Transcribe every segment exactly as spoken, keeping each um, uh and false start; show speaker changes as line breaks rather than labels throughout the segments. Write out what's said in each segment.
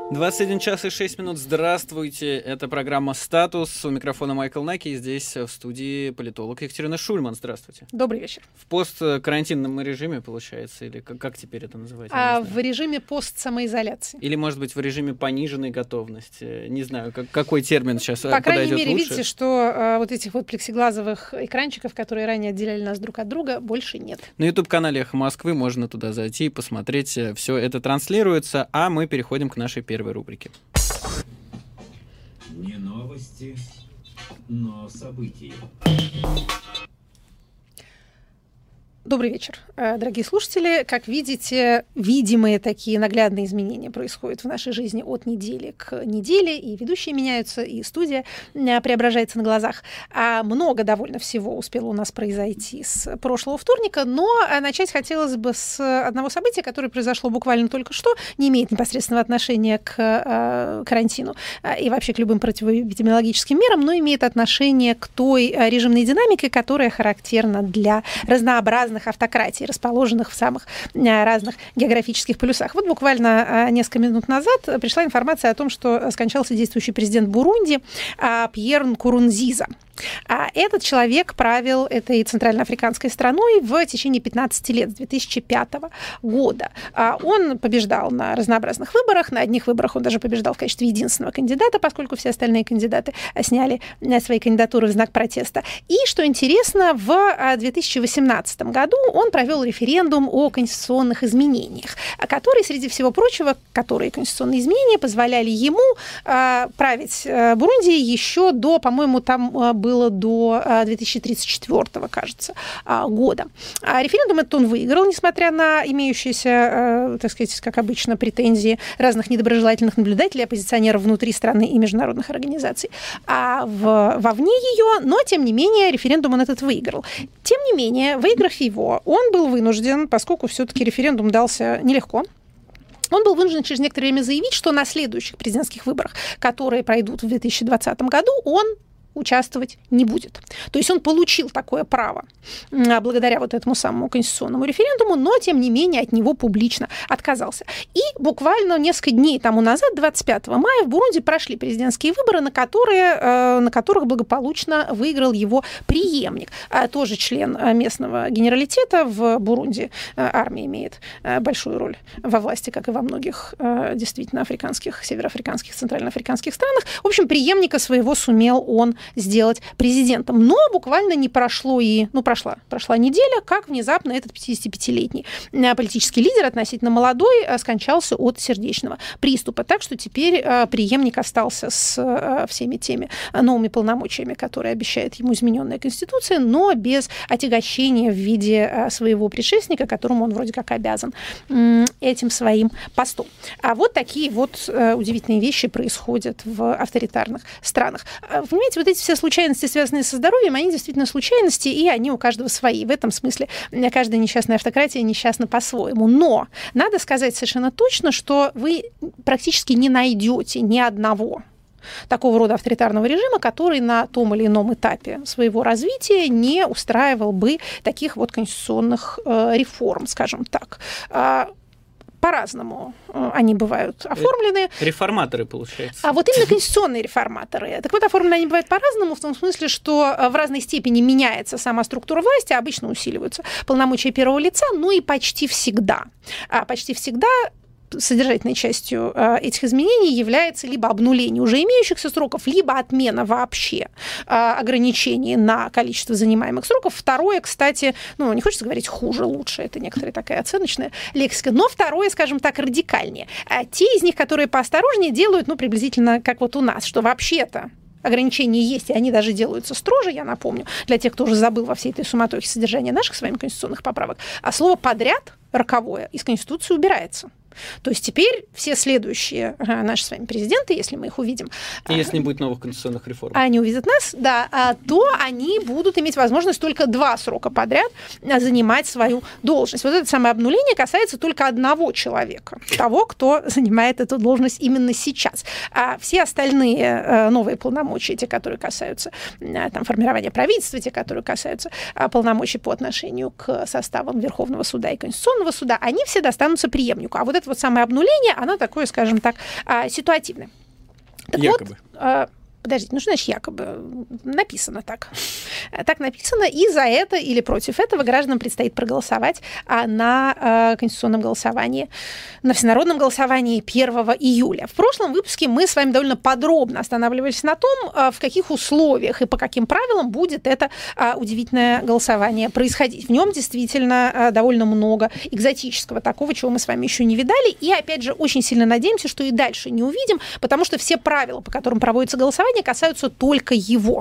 двадцать один час и шесть минут. Здравствуйте. Это программа «Статус». У микрофона Майкл Наки. И здесь в студии политолог Екатерина Шульман. Здравствуйте.
Добрый вечер.
В посткарантинном режиме, получается? Или как, как теперь это называется?
А в режиме постсамоизоляции.
Или, может быть, в режиме пониженной готовности? Не знаю, как, какой термин сейчас
По крайней мере,
лучше?
Видите, что а, вот этих вот плексиглазовых экранчиков, которые ранее отделяли нас друг от друга, больше нет.
На YouTube-канале «Эхо Москвы» можно туда зайти и посмотреть. Все это транслируется, а мы переходим к нашей первой рубрике.
Не новости, но события.
Добрый вечер, дорогие слушатели. Как видите, видимые такие наглядные изменения происходят в нашей жизни от недели к неделе, и ведущие меняются, и студия преображается на глазах. А много довольно всего успело у нас произойти с прошлого вторника, но начать хотелось бы с одного события, которое произошло буквально только что, не имеет непосредственного отношения к карантину и вообще к любым противоэпидемиологическим мерам, но имеет отношение к той режимной динамике, которая характерна для разнообразных автократий, расположенных в самых разных географических полюсах. Вот буквально несколько минут назад пришла информация о том, что скончался действующий президент Бурунди Пьер Нкурунзиза. Этот человек правил этой центральноафриканской страной в течение пятнадцати лет, с две тысячи пятого года. Он побеждал на разнообразных выборах. На одних выборах он даже побеждал в качестве единственного кандидата, поскольку все остальные кандидаты сняли свои кандидатуры в знак протеста. И, что интересно, в две тысячи восемнадцатом году он провел референдум о конституционных изменениях, которые, среди всего прочего, которые конституционные изменения позволяли ему править Бурунди еще до, по-моему, там был было до две тысячи тридцать четвёртого, кажется, года. А референдум этот он выиграл, несмотря на имеющиеся, так сказать, как обычно, претензии разных недоброжелательных наблюдателей, оппозиционеров внутри страны и международных организаций, а в, вовне ее, но, тем не менее, референдум он этот выиграл. Тем не менее, выиграв его, он был вынужден, поскольку все-таки референдум дался нелегко, он был вынужден через некоторое время заявить, что на следующих президентских выборах, которые пройдут в две тысячи двадцатом году, он участвовать не будет. То есть он получил такое право благодаря вот этому самому конституционному референдуму, но, тем не менее, от него публично отказался. И буквально несколько дней тому назад, двадцать пятого мая, в Бурунди прошли президентские выборы, на, которые, на которых благополучно выиграл его преемник, тоже член местного генералитета в Бурунди. Армия имеет большую роль во власти, как и во многих действительно африканских, североафриканских, центральноафриканских странах. В общем, преемника своего сумел он сделать президентом. Но буквально не прошло и, ну, прошла, прошла неделя, как внезапно этот пятидесятипятилетний политический лидер, относительно молодой, скончался от сердечного приступа. Так что теперь преемник остался с всеми теми новыми полномочиями, которые обещает ему измененная Конституция, но без отягощения в виде своего предшественника, которому он вроде как обязан этим своим постом. А вот такие вот удивительные вещи происходят в авторитарных странах. Понимаете, вот эти все случайности, связанные со здоровьем, они действительно случайности, и они у каждого свои. В этом смысле каждая несчастная автократия несчастна по-своему. Но надо сказать совершенно точно, что вы практически не найдете ни одного такого рода авторитарного режима, который на том или ином этапе своего развития не устраивал бы таких вот конституционных э, реформ, скажем так. По-разному они бывают оформлены.
Реформаторы, получается.
А вот именно конституционные реформаторы. Так вот, оформлены они бывают по-разному, в том смысле, что в разной степени меняется сама структура власти, обычно усиливаются полномочия первого лица, ну и почти всегда. А почти всегда содержательной частью этих изменений является либо обнуление уже имеющихся сроков, либо отмена вообще ограничений на количество занимаемых сроков. Второе, кстати, ну, не хочется говорить хуже, лучше, это некоторая такая оценочная лексика, но второе, скажем так, радикальнее. Те из них, которые поосторожнее, делают, ну, приблизительно как вот у нас, что вообще-то ограничения есть, и они даже делаются строже, я напомню, для тех, кто уже забыл во всей этой суматохе содержания наших с вами конституционных поправок, а слово «подряд» роковое из Конституции убирается. То есть теперь все следующие ага, наши с вами президенты, если мы их увидим...
И если не будет новых конституционных реформ.
Они увидят нас, да, то они будут иметь возможность только два срока подряд занимать свою должность. Вот это самое обнуление касается только одного человека, того, кто занимает эту должность именно сейчас. А все остальные новые полномочия, те, которые касаются там, формирования правительства, те, которые касаются полномочий по отношению к составам Верховного суда и Конституционного суда, они все достанутся преемнику. А вот это вот самое обнуление, оно такое, скажем так, ситуативное. Так
якобы.
Вот, подождите, ну что значит якобы? Написано так. Так написано, и за это или против этого гражданам предстоит проголосовать на конституционном голосовании, на всенародном голосовании первого июля. В прошлом выпуске мы с вами довольно подробно останавливались на том, в каких условиях и по каким правилам будет это удивительное голосование происходить. В нем действительно довольно много экзотического, такого, чего мы с вами еще не видали, и, опять же, очень сильно надеемся, что и дальше не увидим, потому что все правила, по которым проводится голосование, касаются только его.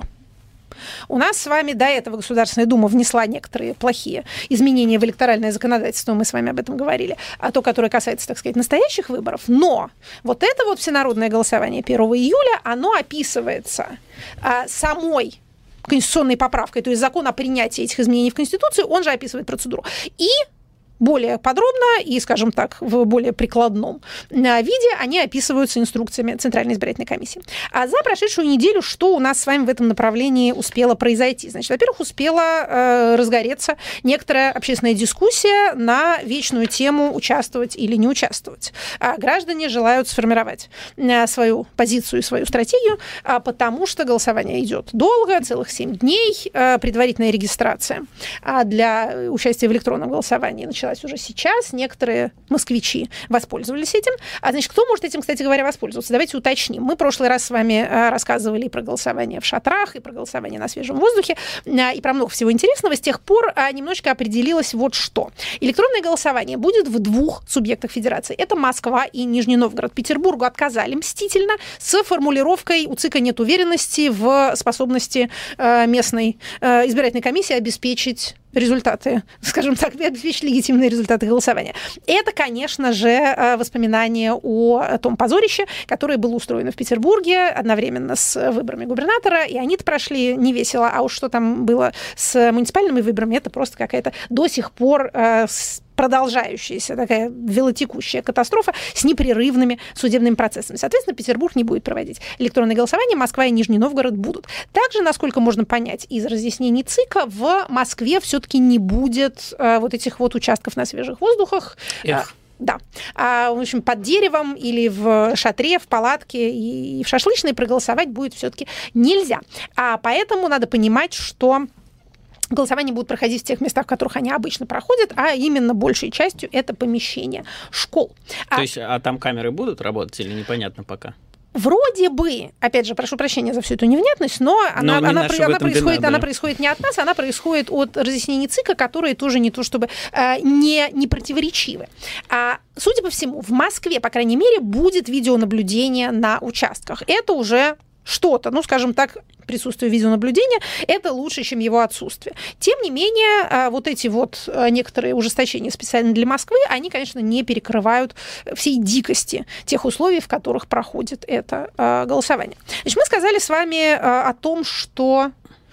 У нас с вами до этого Государственная Дума внесла некоторые плохие изменения в электоральное законодательство, мы с вами об этом говорили, а то, которое касается, так сказать, настоящих выборов. Но вот это вот всенародное голосование первого июля, оно описывается а, самой конституционной поправкой, то есть закон о принятии этих изменений в Конституцию, он же описывает процедуру. И более подробно и, скажем так, в более прикладном виде они описываются инструкциями Центральной избирательной комиссии. А за прошедшую неделю что у нас с вами в этом направлении успело произойти? Значит, во-первых, успела э, разгореться некоторая общественная дискуссия на вечную тему участвовать или не участвовать. А граждане желают сформировать э, свою позицию и свою стратегию, э, потому что голосование идет долго, целых семь дней, э, предварительная регистрация э, для участия в электронном голосовании началась уже сейчас. Некоторые москвичи воспользовались этим. А значит, кто может этим, кстати говоря, воспользоваться? Давайте уточним. Мы в прошлый раз с вами рассказывали и про голосование в шатрах, и про голосование на свежем воздухе, и про много всего интересного. С тех пор немножечко определилось вот что. Электронное голосование будет в двух субъектах федерации. Это Москва и Нижний Новгород. Петербургу отказали мстительно с формулировкой «у ЦИКа нет уверенности в способности местной избирательной комиссии обеспечить результаты, скажем так, обеспечить легитимные результаты голосования. Это, конечно же, воспоминание о том позорище, которое было устроено в Петербурге одновременно с выборами губернатора, и они-то прошли не весело, а уж что там было с муниципальными выборами, это просто какая-то до сих пор продолжающаяся такая велотекущая катастрофа с непрерывными судебными процессами. Соответственно, Петербург не будет проводить электронное голосование, Москва и Нижний Новгород будут. Также, насколько можно понять из разъяснений ЦИКа, в Москве все-таки не будет э, вот этих вот участков на свежих воздухах.
Эх.
Да. А, в общем, под деревом или в шатре, в палатке и в шашлычной проголосовать будет все-таки нельзя. А поэтому надо понимать, что голосование будут проходить в тех местах, в которых они обычно проходят, а именно большей частью это помещение школ.
То
а...
есть, а там камеры будут работать или непонятно пока?
Вроде бы, опять же, прошу прощения за всю эту невнятность, но, но она, она, она, происходит, вина, да. она происходит не от нас, она происходит от разъяснений ЦИКа, которые тоже не то чтобы э, не, не противоречивы. А, судя по всему, в Москве, по крайней мере, будет видеонаблюдение на участках. Это уже что-то, ну, скажем так, присутствие видеонаблюдения, это лучше, чем его отсутствие. Тем не менее, вот эти вот некоторые ужесточения специально для Москвы, они, конечно, не перекрывают всей дикости тех условий, в которых проходит это голосование. Значит, мы сказали с вами о том, что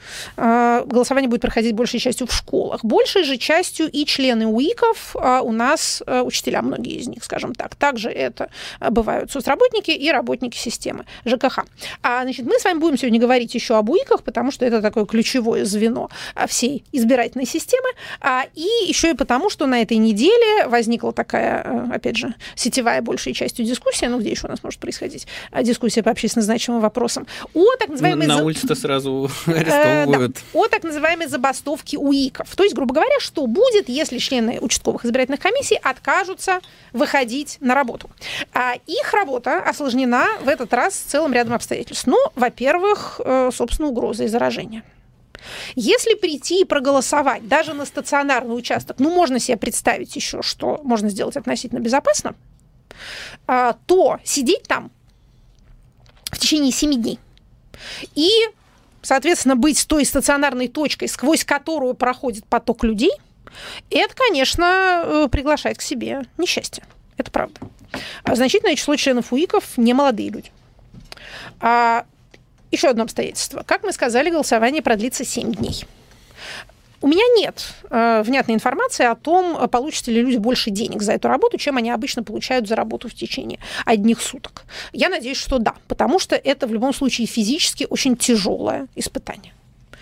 голосование будет проходить большей частью в школах. Большей же частью и члены УИКов у нас учителя, многие из них, скажем так. Также это бывают соцработники и работники системы ЖКХ. А, значит, мы с вами будем сегодня говорить еще об УИКах, потому что это такое ключевое звено всей избирательной системы. И еще и потому, что на этой неделе возникла такая, опять же, сетевая большей частью дискуссия, ну где еще у нас может происходить дискуссия по общественно значимым вопросам, о так называемой...
На, на улице-то сразу арестовывают.
Да, о так называемой забастовке УИКов. То есть, грубо говоря, что будет, если члены участковых избирательных комиссий откажутся выходить на работу. А их работа осложнена в этот раз целым рядом обстоятельств. Ну, во-первых, собственно, угрозой заражения. Если прийти и проголосовать даже на стационарный участок, ну, можно себе представить еще, что можно сделать относительно безопасно, то сидеть там в течение семи дней и соответственно, быть той стационарной точкой, сквозь которую проходит поток людей, это, конечно, приглашает к себе несчастье. Это правда. Значительное число членов УИКов не молодые люди. А еще одно обстоятельство. Как мы сказали, голосование продлится семь дней. У меня нет э, внятной информации о том, получат ли люди больше денег за эту работу, чем они обычно получают за работу в течение одних суток. Я надеюсь, что да, потому что это в любом случае физически очень тяжелое испытание.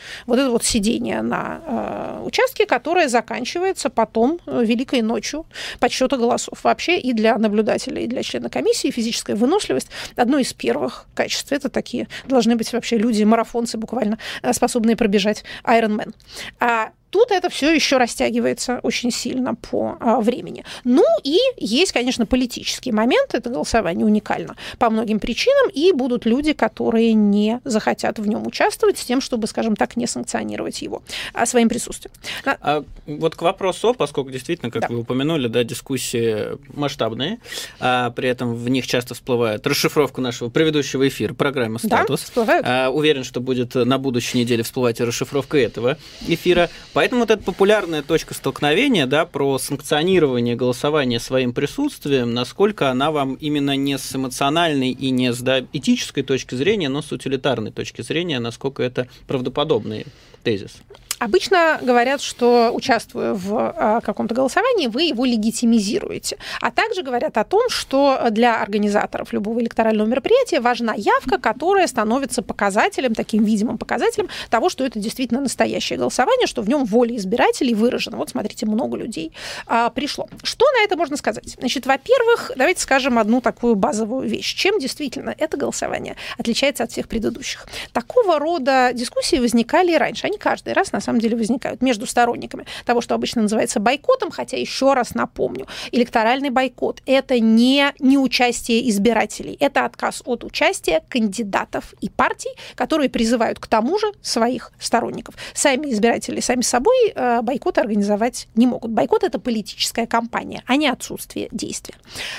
вот это вот сидение на э, участке, которое заканчивается потом великой ночью подсчета голосов. Вообще и для наблюдателя, и для члена комиссии физическая выносливость одно из первых качеств. Это такие должны быть вообще люди, марафонцы буквально, способные пробежать Ironman. А тут это все еще растягивается очень сильно по а, времени. Ну и есть, конечно, политический момент. Это голосование уникально по многим причинам, и будут люди, которые не захотят в нем участвовать с тем, чтобы, скажем так, не санкционировать его а, своим присутствием.
А вот к вопросу, поскольку действительно, как да. вы упомянули, да, дискуссии масштабные, а при этом в них часто всплывает расшифровка нашего предыдущего эфира, программы «Статус». Да, всплывают. А, уверен, что будет на будущей неделе всплывать и расшифровка этого эфира. Поэтому вот эта популярная точка столкновения, да, про санкционирование голосования своим присутствием, насколько она вам именно не с эмоциональной и не с да, этической точки зрения, но с утилитарной точки зрения, насколько это правдоподобный тезис?
Обычно говорят, что, участвуя в а, каком-то голосовании, вы его легитимизируете. А также говорят о том, что для организаторов любого электорального мероприятия важна явка, которая становится показателем, таким видимым показателем того, что это действительно настоящее голосование, что в нем воля избирателей выражена. Вот, смотрите, много людей а, пришло. Что на это можно сказать? Значит, во-первых, давайте скажем одну такую базовую вещь. Чем действительно это голосование отличается от всех предыдущих? Такого рода дискуссии возникали и раньше. Они каждый раз, на самом деле, возникают между сторонниками того, что обычно называется бойкотом, хотя, еще раз напомню, электоральный бойкот – это не неучастие избирателей, это отказ от участия кандидатов и партий, которые призывают к тому же своих сторонников. Сами избиратели сами собой бойкот организовать не могут. Бойкот – это политическая кампания, а не отсутствие действия.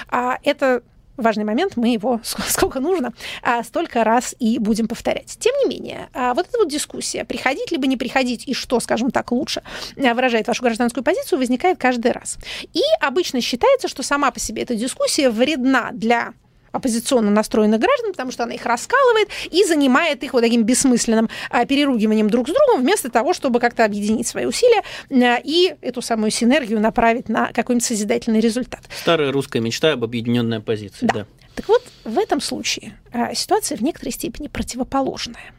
Это важный момент, мы его сколько нужно, столько раз и будем повторять. Тем не менее, вот эта вот дискуссия, приходить либо не приходить, и что, скажем так, лучше выражает вашу гражданскую позицию, возникает каждый раз. И обычно считается, что сама по себе эта дискуссия вредна для оппозиционно настроенных граждан, потому что она их раскалывает и занимает их вот таким бессмысленным а, переругиванием друг с другом, вместо того, чтобы как-то объединить свои усилия а, и эту самую синергию направить на какой-нибудь созидательный результат.
Старая русская мечта об объединенной оппозиции. Да. Да.
Так вот, в этом случае а, ситуация в некоторой степени противоположная.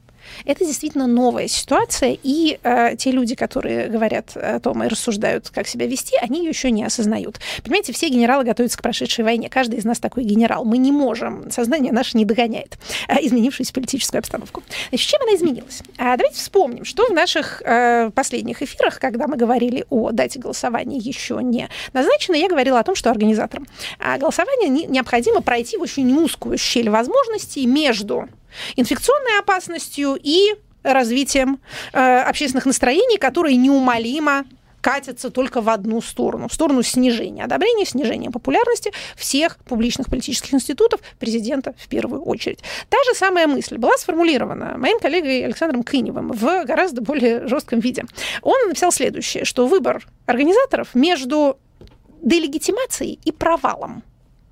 Это действительно новая ситуация, и э, те люди, которые говорят о том и рассуждают, как себя вести, они ее еще не осознают. Понимаете, все генералы готовятся к прошедшей войне. Каждый из нас такой генерал. Мы не можем, сознание наше не догоняет э, изменившуюся политическую обстановку. Значит, чем она изменилась? А давайте вспомним, что в наших э, последних эфирах, когда мы говорили о дате голосования еще не назначенной, я говорила о том, что организаторам голосования не, необходимо пройти в очень узкую щель возможностей между инфекционной опасностью и развитием э, общественных настроений, которые неумолимо катятся только в одну сторону, в сторону снижения одобрения, снижения популярности всех публичных политических институтов, президента в первую очередь. Та же самая мысль была сформулирована моим коллегой Александром Кыневым в гораздо более жестком виде. Он написал следующее, что выбор организаторов между делегитимацией и провалом.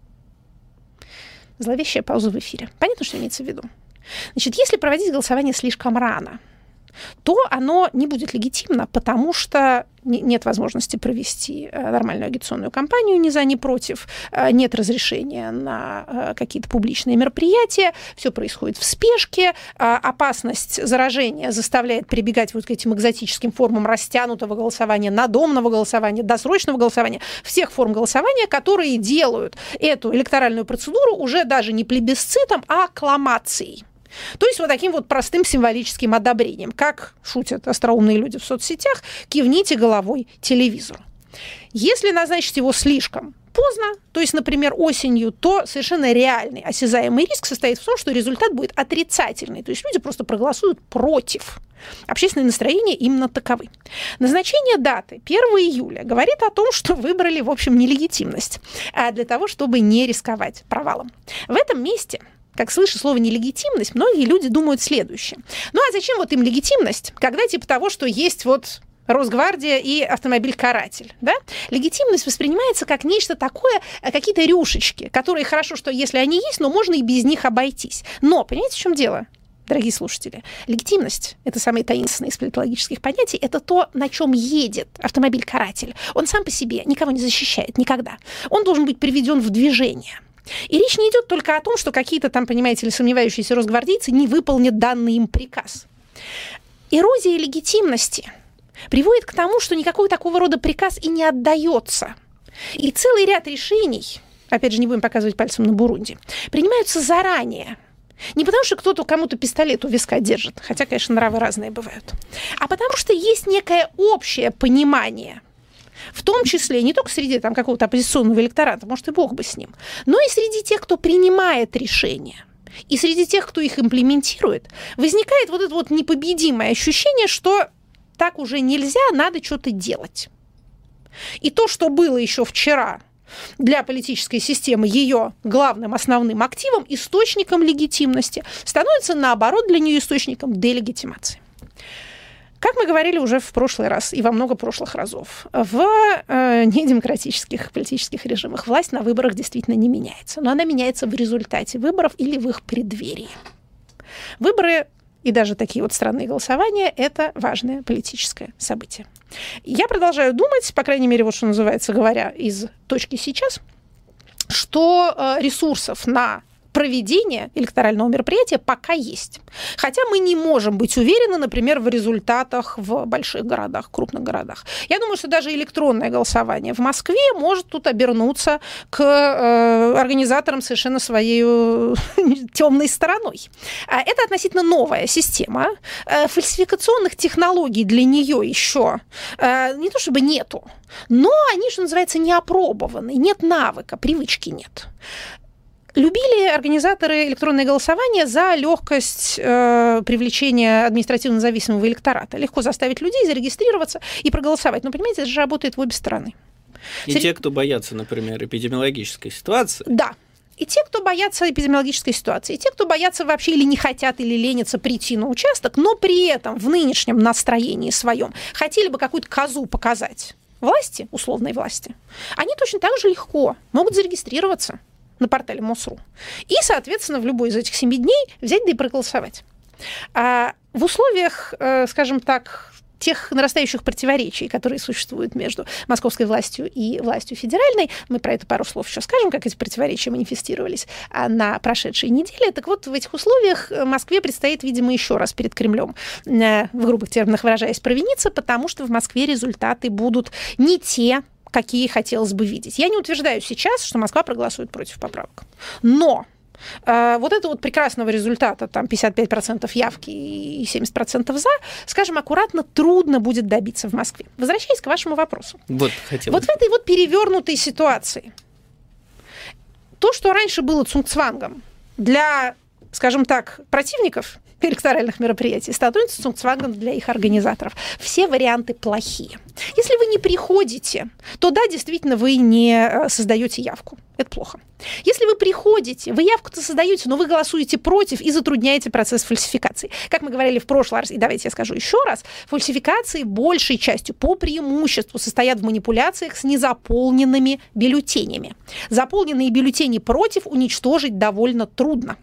Зловещая пауза в эфире. Понятно, что имеется в виду? Значит, если проводить голосование слишком рано, то оно не будет легитимно, потому что нет возможности провести нормальную агитационную кампанию ни за, ни против, нет разрешения на какие-то публичные мероприятия, все происходит в спешке, опасность заражения заставляет прибегать вот к этим экзотическим формам растянутого голосования, надомного голосования, досрочного голосования, всех форм голосования, которые делают эту электоральную процедуру уже даже не плебисцитом, а аккламацией. То есть вот таким вот простым символическим одобрением. Как шутят остроумные люди в соцсетях, кивните головой телевизору. Если назначить его слишком поздно, то есть, например, осенью, то совершенно реальный осязаемый риск состоит в том, что результат будет отрицательный. То есть люди просто проголосуют против. Общественные настроения именно таковы. Назначение даты первого июля говорит о том, что выбрали, в общем, нелегитимность для того, чтобы не рисковать провалом. В этом месте, как слыша слово «нелегитимность», многие люди думают следующее. Ну а зачем вот им легитимность, когда типа того, что есть вот Росгвардия и автомобиль-каратель, да? Легитимность воспринимается как нечто такое, какие-то рюшечки, которые хорошо, что если они есть, но можно и без них обойтись. Но, понимаете, в чем дело? Дорогие слушатели, легитимность – это самое таинственное из политологических понятий, это то, на чем едет автомобиль-каратель. Он сам по себе никого не защищает никогда. Он должен быть приведен в движение. И речь не идет только о том, что какие-то там, понимаете ли, сомневающиеся росгвардейцы не выполнят данный им приказ. эрозия легитимности приводит к тому, что никакой такого рода приказ и не отдается. И целый ряд решений, опять же, не будем показывать пальцем на Бурунди, принимаются заранее. Не потому, что кто-то кому-то пистолет у виска держит, хотя, конечно, нравы разные бывают, а потому что есть некое общее понимание, в том числе не только среди там, какого-то оппозиционного электората, может, и бог бы с ним, но и среди тех, кто принимает решения. И среди тех, кто их имплементирует, возникает вот это вот непобедимое ощущение, что так уже нельзя, надо что-то делать. И то, что было еще вчера для политической системы ее главным основным активом, источником легитимности, становится, наоборот, для нее источником делегитимации. Как мы говорили уже в прошлый раз и во много прошлых разов, в э, недемократических политических режимах власть на выборах действительно не меняется, но она меняется в результате выборов или в их преддверии. Выборы и даже такие вот странные голосования – это важное политическое событие. Я продолжаю думать, по крайней мере, вот что называется, говоря из точки сейчас, что э, ресурсов на проведение электорального мероприятия пока есть. Хотя мы не можем быть уверены, например, в результатах в больших городах, крупных городах. Я думаю, что даже электронное голосование в Москве может тут обернуться к э, организаторам совершенно своей э, темной стороной. Это относительно новая система. Э, фальсификационных технологий для нее еще э, не то чтобы нету, но они, что называется, не опробованы, нет навыка, привычки нет. Любили организаторы электронное голосование за легкость э, привлечения административно зависимого электората. Легко заставить людей зарегистрироваться и проголосовать. Но, понимаете, это же работает в обе стороны.
И Сер... те, кто боятся, например, эпидемиологической ситуации.
Да. И те, кто боятся эпидемиологической ситуации, и те, кто боятся вообще или не хотят, или ленятся прийти на участок, но при этом в нынешнем настроении своем хотели бы какую-то козу показать власти, условной власти, они точно так же легко могут зарегистрироваться на портале МОСРУ. И, соответственно, в любой из этих семи дней взять да и проголосовать. А в условиях, скажем так, тех нарастающих противоречий, которые существуют между московской властью и властью федеральной, мы про это пару слов еще скажем, как эти противоречия манифестировались на прошедшей неделе. Так вот, в этих условиях Москве предстоит, видимо, еще раз перед Кремлем, в грубых терминах выражаясь, провиниться, потому что в Москве результаты будут не те, какие хотелось бы видеть. Я не утверждаю сейчас, что Москва проголосует против поправок. Но э, вот этого вот прекрасного результата, там пятьдесят пять процентов явки и семьдесят процентов за, скажем аккуратно, трудно будет добиться в Москве. Возвращаясь к вашему вопросу.
Вот, хотела.
Вот в этой вот перевернутой ситуации то, что раньше было цугцвангом для, скажем так, противников электоральных мероприятий, становится цугцвангом для их организаторов. Все варианты плохие. Если вы не приходите, то да, действительно, вы не создаете явку. Это плохо. Если вы приходите, вы явку-то создаете, но вы голосуете против и затрудняете процесс фальсификации. Как мы говорили в прошлый раз, и давайте я скажу еще раз, фальсификации большей частью по преимуществу состоят в манипуляциях с незаполненными бюллетенями. Заполненные бюллетени против уничтожить довольно трудно.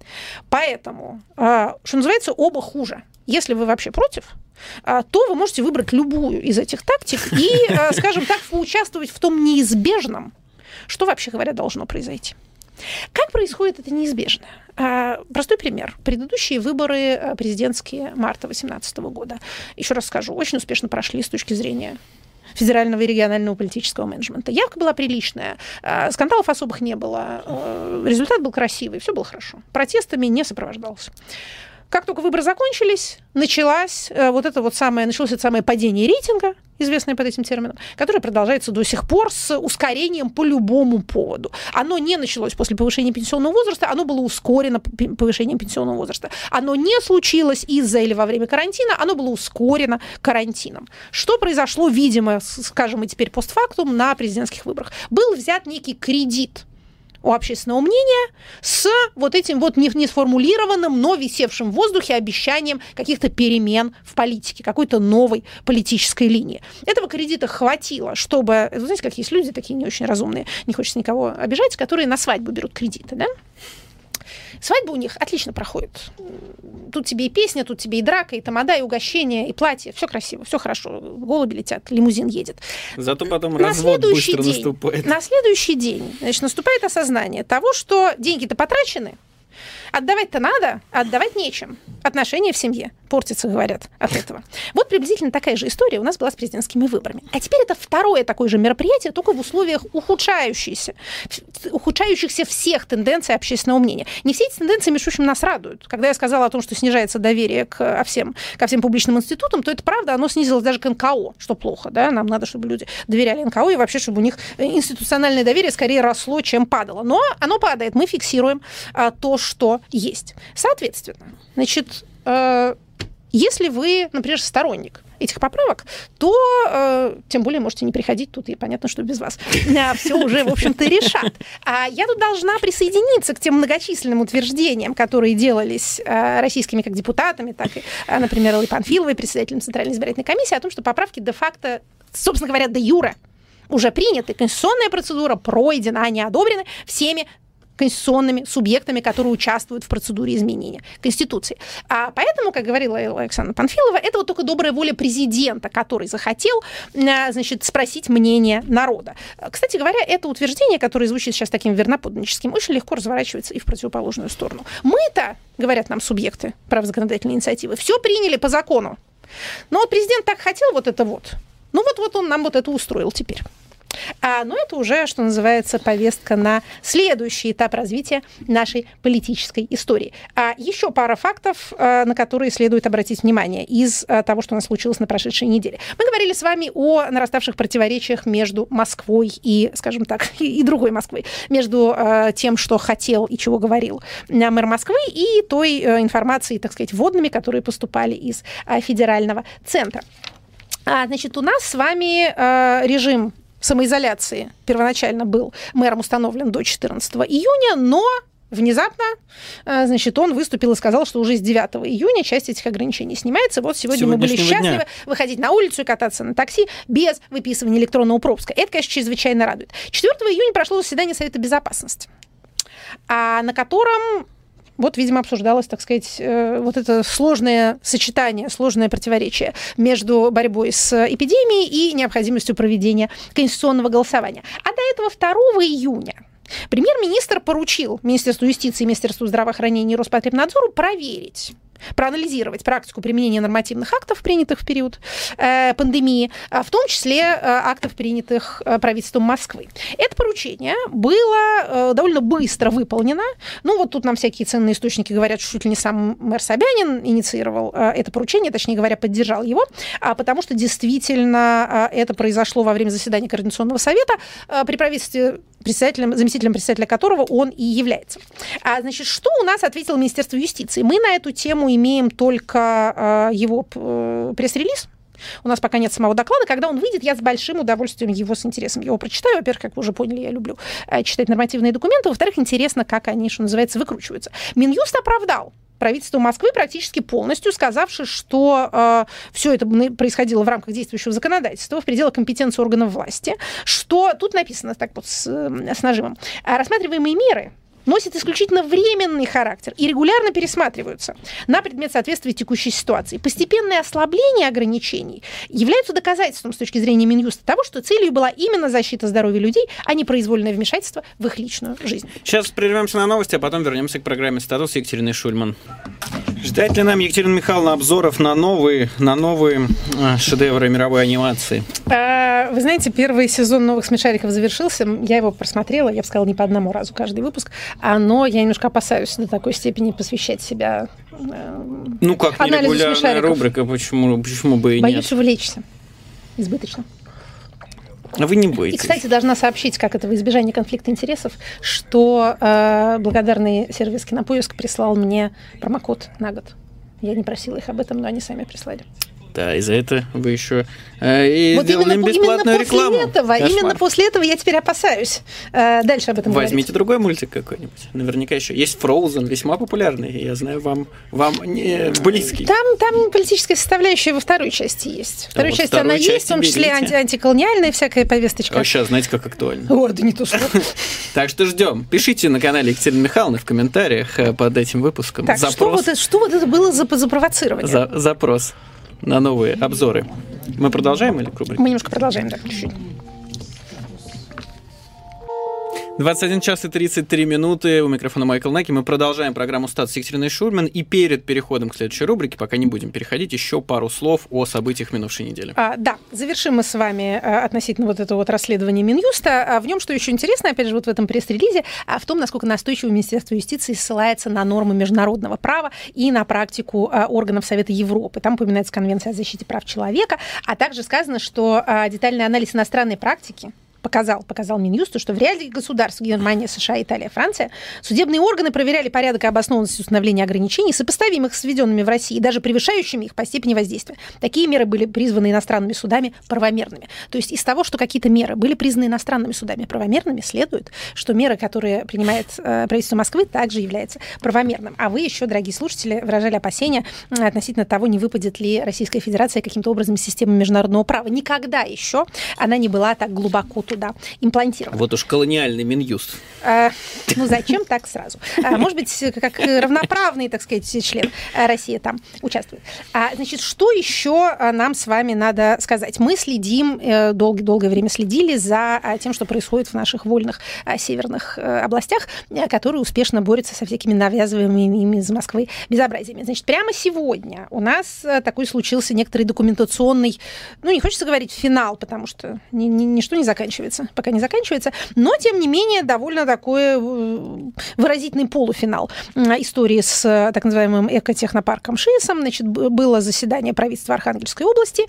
Поэтому, что называется, оба хуже. Если вы вообще против, то вы можете выбрать любую из этих тактик и, скажем так, поучаствовать в том неизбежном, что, вообще говоря, должно произойти. Как происходит это неизбежно? Простой пример. Предыдущие выборы президентские марта две тысячи восемнадцатого года, еще раз скажу, очень успешно прошли с точки зрения федерального и регионального политического менеджмента. Явка была приличная, скандалов особых не было, результат был красивый, все было хорошо. Протестами не сопровождался. Как только выборы закончились, началось вот это вот самое, началось это самое падение рейтинга, известное под этим термином, которое продолжается до сих пор с ускорением по любому поводу. Оно не началось после повышения пенсионного возраста, оно было ускорено повышением пенсионного возраста. Оно не случилось из-за или во время карантина, оно было ускорено карантином. Что произошло, видимо, скажем мы теперь постфактум, на президентских выборах? Был взят некий кредит у общественного мнения с вот этим вот не сформулированным, но висевшим в воздухе обещанием каких-то перемен в политике, какой-то новой политической линии. Этого кредита хватило, чтобы... Вы знаете, как есть люди такие не очень разумные, не хочется никого обижать, которые на свадьбу берут кредиты, да? Свадьба у них отлично проходит. Тут тебе и песня, тут тебе и драка, и тамада, и угощение, и платье. Все красиво, все хорошо. Голуби летят, лимузин едет.
Зато потом на развод быстро
день,
наступает.
На следующий день, значит, наступает осознание того, что деньги-то потрачены, Отдавать-то надо, а отдавать нечем. Отношения в семье портятся, говорят, от этого. Вот приблизительно такая же история у нас была с президентскими выборами. А теперь это второе такое же мероприятие, только в условиях ухудшающихся, ухудшающихся всех тенденций общественного мнения. Не все эти тенденции, между прочим, нас радуют. Когда я сказала о том, что снижается доверие к всем, ко всем публичным институтам, то это правда, оно снизилось даже к эн ка о, что плохо. Да? Нам надо, чтобы люди доверяли эн ка о, и вообще, чтобы у них институциональное доверие скорее росло, чем падало. Но оно падает. Мы фиксируем а, то, что есть. Соответственно, значит, э, если вы, например, сторонник этих поправок, то э, тем более можете не приходить тут, и понятно, что без вас а, все уже, в общем-то, решат. А я тут должна присоединиться к тем многочисленным утверждениям, которые делались э, российскими как депутатами, так и, э, например, Эллой Панфиловой, председателем Центральной избирательной комиссии, о том, что поправки де-факто, собственно говоря, де-юре уже приняты, конституционная процедура пройдена, они одобрены всеми конституционными субъектами, которые участвуют в процедуре изменения Конституции. А поэтому, как говорила Александра Панфилова, это вот только добрая воля президента, который захотел, значит, спросить мнение народа. Кстати говоря, это утверждение, которое звучит сейчас таким верноподданническим, очень легко разворачивается и в противоположную сторону. Мы-то, говорят нам субъекты правозаконодательной инициативы, все приняли по закону. Но вот президент так хотел вот это вот. Ну вот-вот он нам вот это устроил теперь. А, но это уже, что называется, повестка на следующий этап развития нашей политической истории. А еще пара фактов, а, на которые следует обратить внимание из а, того, что у нас случилось на прошедшей неделе. Мы говорили с вами о нараставших противоречиях между Москвой и, скажем так, и, и другой Москвой, между а, тем, что хотел и чего говорил мэр Москвы, и той а, информацией, так сказать, вводными, которые поступали из а, федерального центра. А, значит, у нас с вами а, режим самоизоляции первоначально был мэром установлен до четырнадцатого июня, но внезапно, значит, он выступил и сказал, что уже с девятого июня часть этих ограничений снимается. Вот сегодня мы были счастливы дня. выходить на улицу и кататься на такси без выписывания электронного пропуска. Это, конечно, чрезвычайно радует. четвёртого июня прошло заседание Совета Безопасности, на котором... Вот, видимо, обсуждалось, так сказать, вот это сложное сочетание, сложное противоречие между борьбой с эпидемией и необходимостью проведения конституционного голосования. А до этого второго июня премьер-министр поручил Министерству юстиции, Министерству здравоохранения и Роспотребнадзору проверить, проанализировать практику применения нормативных актов, принятых в период э, пандемии, в том числе э, актов, принятых э, правительством Москвы. Это поручение было э, довольно быстро выполнено. Ну, вот тут нам всякие ценные источники говорят, что чуть ли не сам мэр Собянин инициировал э, это поручение, точнее говоря, поддержал его, а, потому что действительно э, это произошло во время заседания Координационного совета э, при правительстве, председателем, заместителем председателя которого он и является. А, значит, что у нас ответило Министерство юстиции? Мы на эту тему имеем только э, его э, пресс-релиз. У нас пока нет самого доклада. Когда он выйдет, я с большим удовольствием его с интересом его прочитаю. Во-первых, как вы уже поняли, я люблю э, читать нормативные документы. Во-вторых, интересно, как они, что называется, выкручиваются. Минюст оправдал правительство Москвы практически полностью, сказавши, что э, все это происходило в рамках действующего законодательства, в пределах компетенции органов власти, что тут написано так вот с, с нажимом. Рассматриваемые меры носят исключительно временный характер и регулярно пересматриваются на предмет соответствия текущей ситуации. Постепенное ослабление ограничений является доказательством с точки зрения Минюста того, что целью была именно защита здоровья людей, а не произвольное вмешательство в их личную жизнь.
Сейчас прервемся на новости, а потом вернемся к программе «Статус» с Екатериной Шульман. Ждать ли нам, Екатерина Михайловна, обзоров на новые, на новые э, шедевры мировой анимации?
А, вы знаете, первый сезон «Новых смешариков» завершился. Я его просмотрела, я бы сказала, не по одному разу каждый выпуск. Но я немножко опасаюсь до такой степени посвящать себя э,
ну, как нерегулярная рубрика, почему, почему бы и
Боюсь
нет?
Боюсь увлечься избыточно.
А вы не боитесь.
И, кстати, должна сообщить, как это во избежание конфликта интересов, что э, благодарный сервис «Кинопоиск» прислал мне промокод на год. Я не просила их об этом, но они сами прислали.
Да, и за это вы еще э, и
вот
сделали им бесплатную
именно
рекламу.
После этого, именно после этого я теперь опасаюсь э, дальше об этом
Возьмите
говорить.
другой мультик какой-нибудь. Наверняка еще есть Frozen, весьма популярный. Я знаю, вам, вам не близкий.
Там, там политическая составляющая во второй части есть.
А
второй
вот
части она есть, в том числе анти- антиколониальная всякая повесточка.
А сейчас, знаете, как актуально.
О, да не то слово.
Так что ждем. Пишите на канале Екатерины Михайловны в комментариях под этим выпуском.
Так, что вот, что вот это было за, за провоцирование?
За, запрос на новые обзоры. Мы продолжаем или рубрику?
Мы немножко продолжаем, да, чуть-чуть.
двадцать один час и тридцать три минуты. У микрофона Майкл Наки. Мы продолжаем программу «Статус» с Екатериной Шульман. И перед переходом к следующей рубрике, пока не будем переходить, еще пару слов о событиях минувшей недели.
А, да, завершим мы с вами а, относительно вот этого вот расследования Минюста. А в нем, что еще интересно, опять же, вот в этом пресс-релизе, а в том, насколько настойчиво Министерство юстиции ссылается на нормы международного права и на практику а, органов Совета Европы. Там упоминается Конвенция о защите прав человека, а также сказано, что а, детальный анализ иностранной практики Показал, показал Минюсту, что в ряде государств Германия, США, Италия, Франция судебные органы проверяли порядок и обоснованность установления ограничений, сопоставимых с введенными в России, даже превышающими их по степени воздействия. Такие меры были призваны иностранными судами правомерными. То есть из того, что какие-то меры были признаны иностранными судами правомерными, следует, что меры, которые принимает э, правительство Москвы, также являются правомерным. А вы еще, дорогие слушатели, выражали опасения относительно того, не выпадет ли Российская Федерация каким-то образом из системы международного права. Никогда еще она не была так глубоко туда имплантировано.
Вот уж колониальный Минюст.
А, ну, зачем так сразу? А, может быть, как равноправный, так сказать, член России там участвует. А, значит, что еще нам с вами надо сказать? Мы следим, долгое, долгое время следили за тем, что происходит в наших вольных северных областях, которые успешно борются со всякими навязываемыми ими из Москвы безобразиями. Значит, прямо сегодня у нас такой случился некоторый документационный, ну, не хочется говорить финал, потому что ни, ни, ничто не заканчивается. пока не заканчивается, но, тем не менее, довольно такой выразительный полуфинал истории с так называемым экотехнопарком ШИЭСом. Значит, было заседание правительства Архангельской области,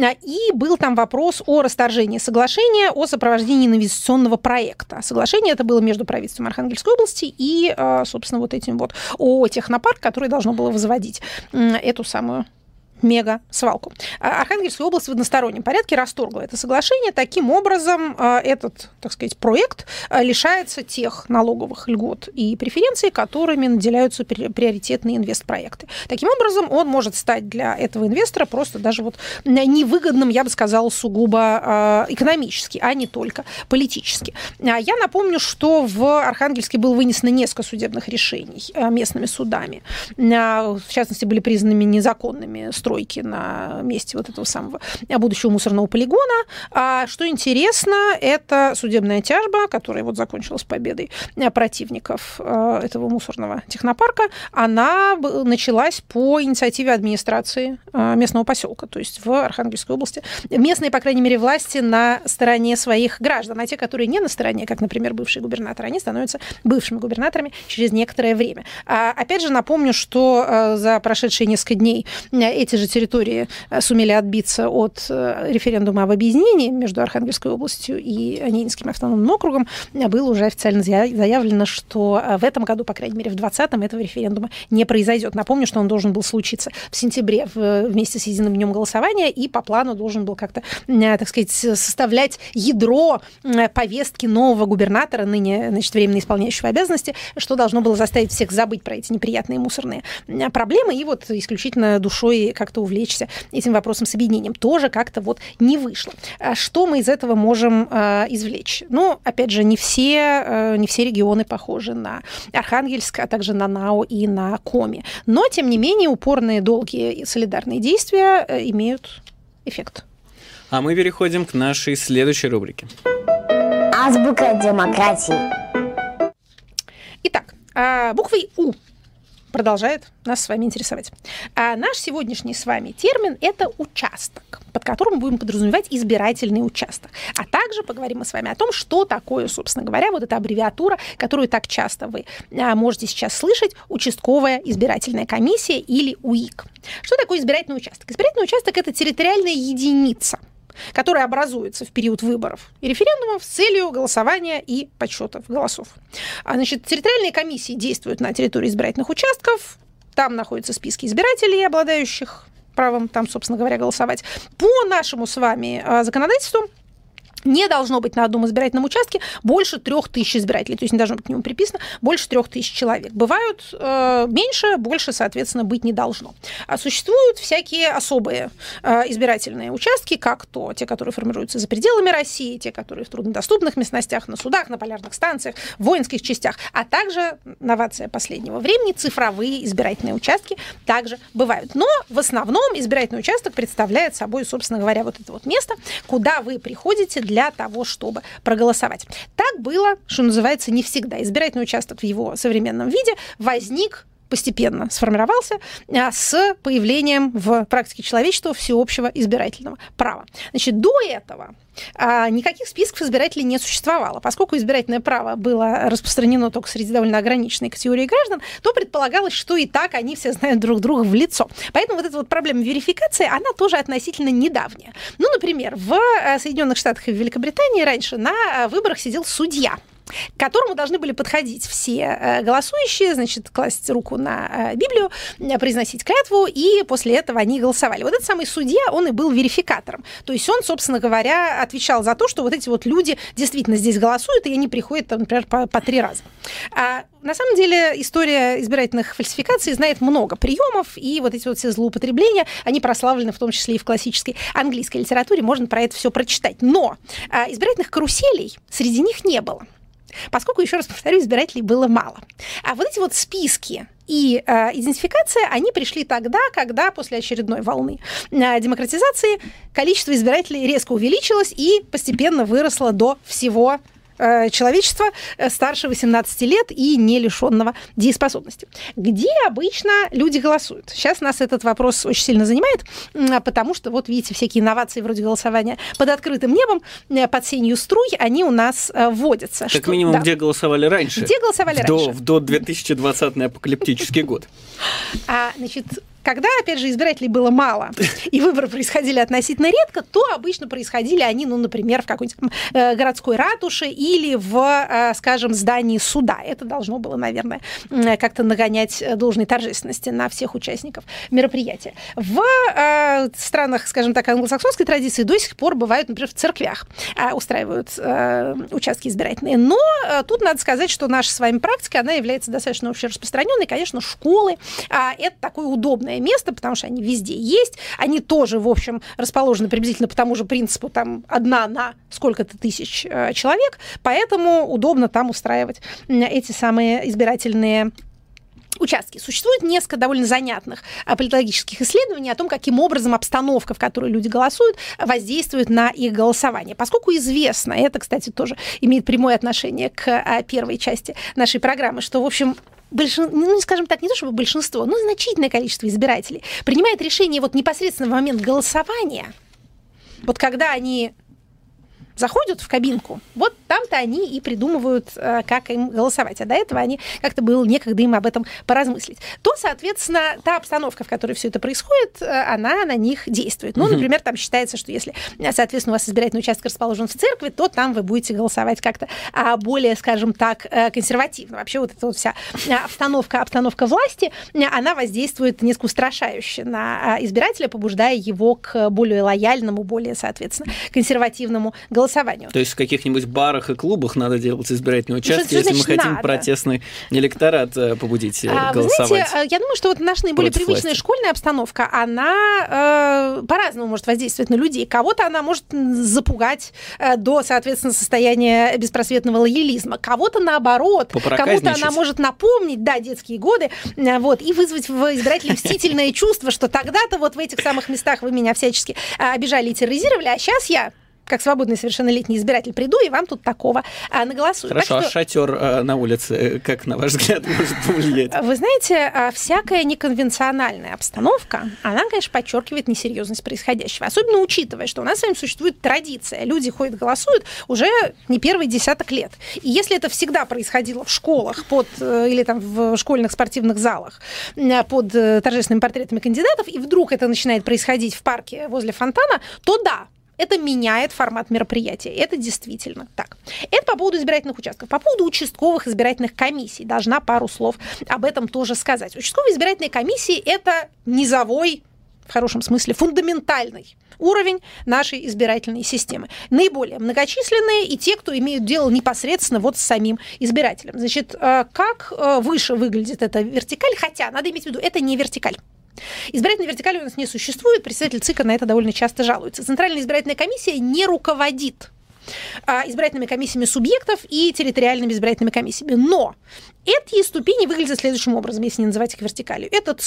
и был там вопрос о расторжении соглашения о сопровождении инвестиционного проекта. Соглашение это было между правительством Архангельской области и, собственно, вот этим вот ООО «Технопарк», который должно было возводить эту самую мега-свалку. Архангельская область в одностороннем порядке расторгла это соглашение. Таким образом, этот, так сказать, проект лишается тех налоговых льгот и преференций, которыми наделяются приоритетные инвестпроекты. Таким образом, он может стать для этого инвестора просто даже вот невыгодным, я бы сказала, сугубо экономически, а не только политически. Я напомню, что в Архангельске было вынесено несколько судебных решений местными судами. В частности, были признаны незаконными стройки на месте вот этого самого будущего мусорного полигона. А что интересно, это судебная тяжба, которая вот закончилась победой противников этого мусорного технопарка, она началась по инициативе администрации местного поселка, то есть в Архангельской области. Местные, по крайней мере, власти на стороне своих граждан, а те, которые не на стороне, как, например, бывший губернатор, они становятся бывшими губернаторами через некоторое время. А, опять же, напомню, что за прошедшие несколько дней эти же территории сумели отбиться от референдума об объединении между Архангельской областью и Ненецким автономным округом. Было уже официально заявлено, что в этом году, по крайней мере, в двадцатом этого референдума не произойдет. Напомню, что он должен был случиться в сентябре вместе с единым днем голосования и по плану должен был как-то, так сказать, составлять ядро повестки нового губернатора, ныне, значит, временно исполняющего обязанности, что должно было заставить всех забыть про эти неприятные мусорные проблемы и вот исключительно душой как-то увлечься этим вопросом с объединением. Тоже как-то вот не вышло. Что мы из этого можем э, извлечь? Ну, опять же, не все, э, не все регионы похожи на Архангельск, а также на НАО и на Коми. Но, тем не менее, упорные, долгие и солидарные действия э, имеют эффект.
А мы переходим к нашей следующей рубрике.
Азбука демократии.
Итак, э, буквой У продолжает нас с вами интересовать. А наш сегодняшний с вами термин – это участок, под которым мы будем подразумевать избирательный участок. А также поговорим мы с вами о том, что такое, собственно говоря, вот эта аббревиатура, которую так часто вы можете сейчас слышать, участковая избирательная комиссия или УИК. Что такое избирательный участок? Избирательный участок – это территориальная единица, которая образуется в период выборов и референдумов с целью голосования и подсчетов голосов. А, значит, территориальные комиссии действуют на территории избирательных участков, там находятся списки избирателей, обладающих правом там, собственно говоря, голосовать. По нашему с вами законодательству не должно быть на одном избирательном участке больше трех тысяч избирателей, то есть не должно быть к нему приписано больше трех тысяч человек. Бывают э, меньше, больше, соответственно, быть не должно. А существуют всякие особые э, избирательные участки, как то те, которые формируются за пределами России, те, которые в труднодоступных местностях, на судах, на полярных станциях, в воинских частях, а также, новация последнего времени, цифровые избирательные участки также бывают. Но в основном избирательный участок представляет собой, собственно говоря, вот это вот место, куда вы приходите для для того, чтобы проголосовать. Так было, что называется, не всегда. Избирательный участок в его современном виде возник постепенно сформировался с появлением в практике человечества всеобщего избирательного права. Значит, до этого никаких списков избирателей не существовало. Поскольку избирательное право было распространено только среди довольно ограниченной категории граждан, то предполагалось, что и так они все знают друг друга в лицо. Поэтому вот эта вот проблема верификации, она тоже относительно недавняя. Ну, например, в Соединенных Штатах и в Великобритании раньше на выборах сидел судья, к которому должны были подходить все голосующие, значит, класть руку на Библию, произносить клятву, и после этого они голосовали. Вот этот самый судья, он и был верификатором. То есть он, собственно говоря, отвечал за то, что вот эти вот люди действительно здесь голосуют, и они приходят, там, например, по, по три раза. А на самом деле история избирательных фальсификаций знает много приемов, и вот эти вот все злоупотребления, они прославлены в том числе и в классической английской литературе, можно про это все прочитать. Но а, избирательных каруселей среди них не было, поскольку, еще раз повторю, избирателей было мало. А вот эти вот списки и э, идентификация, они пришли тогда, когда после очередной волны э, демократизации количество избирателей резко увеличилось и постепенно выросло до всего человечества старше восемнадцати лет и не лишенного дееспособности. Где обычно люди голосуют? Сейчас нас этот вопрос очень сильно занимает, потому что, вот видите, всякие инновации вроде голосования под открытым небом, под сенью струй, они у нас вводятся.
Как
что,
минимум,
да.
где голосовали раньше?
Где голосовали
до,
раньше?
В до две тысячи двадцатый апокалиптический год.
А, значит, когда, опять же, избирателей было мало, и выборы происходили относительно редко, то обычно происходили они, ну, например, в какой-нибудь э, городской ратуше или в, э, скажем, здании суда. Это должно было, наверное, э, как-то нагонять должной торжественности на всех участников мероприятия. В э, странах, скажем так, англосаксонской традиции до сих пор бывают, например, в церквях э, устраивают э, участки избирательные. Но э, тут надо сказать, что наша с вами практика, она является достаточно общераспространенной. Конечно, школы э, – это такое удобное место, потому что они везде есть. Они тоже, в общем, расположены приблизительно по тому же принципу, там, одна на сколько-то тысяч э, человек, поэтому удобно там устраивать эти самые избирательные участки. Существует несколько довольно занятных политологических исследований о том, каким образом обстановка, в которой люди голосуют, воздействует на их голосование. Поскольку известно, это, кстати, тоже имеет прямое отношение к первой части нашей программы, что, в общем, Большин... ну, скажем так, не то чтобы большинство, но значительное количество избирателей принимает решение вот непосредственно в момент голосования, вот когда они заходят в кабинку, вот там-то они и придумывают, как им голосовать. А до этого они как-то было некогда им об этом поразмыслить. То, соответственно, та обстановка, в которой все это происходит, она на них действует. Ну, угу. Например, там считается, что если, соответственно, у вас избирательный участок расположен в церкви, то там вы будете голосовать как-то более, скажем так, консервативно. Вообще вот эта вот вся обстановка, обстановка власти, она воздействует несколько устрашающе на избирателя, побуждая его к более лояльному, более, соответственно, консервативному голосованию. Голосованию.
То есть в каких-нибудь барах и клубах надо делать избирательные участки, что, если значит, мы хотим надо? Протестный электорат побудить а, голосовать.
Вы знаете, я думаю, что вот наша наиболее привычная власти. Школьная обстановка, она э, по-разному может воздействовать на людей. Кого-то она может запугать э, до, соответственно, состояния беспросветного лоялизма. Кого-то, наоборот, кому-то она может напомнить, да, детские годы, э, вот, и вызвать в избирателей мстительное чувство, что тогда-то вот в этих самых местах вы меня всячески э, обижали и терроризировали, а сейчас я, как свободный совершеннолетний избиратель, приду и вам тут такого а, наголосую.
Хорошо,
так что...
а шатер а, на улице, как, на ваш взгляд, может повлиять?
Вы знаете, всякая неконвенциональная обстановка, она, конечно, подчеркивает несерьезность происходящего. Особенно учитывая, что у нас с вами существует традиция. Люди ходят, голосуют уже не первый десяток лет. И если это всегда происходило в школах под, или там в школьных спортивных залах под торжественными портретами кандидатов, и вдруг это начинает происходить в парке возле фонтана, то да, это меняет формат мероприятия. Это действительно так. Это по поводу избирательных участков. По поводу участковых избирательных комиссий. Должна пару слов об этом тоже сказать. Участковые избирательные комиссии – это низовой, в хорошем смысле, фундаментальный уровень нашей избирательной системы. Наиболее многочисленные и те, кто имеют дело непосредственно вот с самим избирателем. Значит, как выше выглядит эта вертикаль? Хотя, надо иметь в виду, это не вертикаль. Избирательной вертикали у нас не существует, представитель ЦИКа на это довольно часто жалуется. Центральная избирательная комиссия не руководит избирательными комиссиями субъектов и территориальными избирательными комиссиями. Но эти ступени выглядят следующим образом, если не называть их вертикалью. Это ЦИК,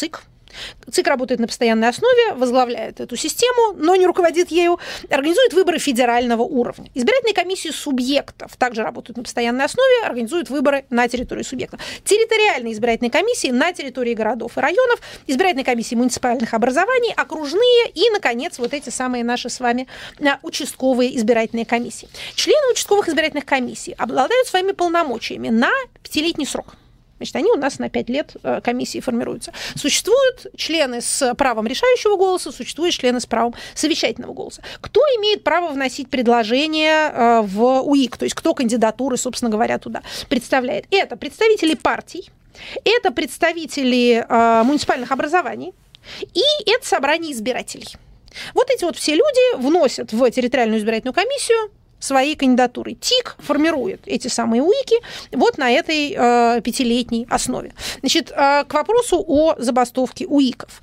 ЦИК работает на постоянной основе, возглавляет эту систему, но не руководит ею, организует выборы федерального уровня. Избирательные комиссии субъектов также работают на постоянной основе, организуют выборы на территории субъектов. Территориальные избирательные комиссии на территории городов и районов, избирательные комиссии муниципальных образований, окружные и, наконец, вот эти самые наши с вами участковые избирательные комиссии. Члены участковых избирательных комиссий обладают своими полномочиями на пятилетний срок. Значит, они у нас на пять лет комиссии формируются. Существуют члены с правом решающего голоса, существуют члены с правом совещательного голоса. Кто имеет право вносить предложения в УИК, то есть кто кандидатуры, собственно говоря, туда представляет? Это представители партий, это представители муниципальных образований и это собрание избирателей. Вот эти вот все люди вносят в территориальную избирательную комиссию своей кандидатурой. ТИК формирует эти самые УИКи вот на этой э, пятилетней основе. Значит, э, к вопросу о забастовке УИКов.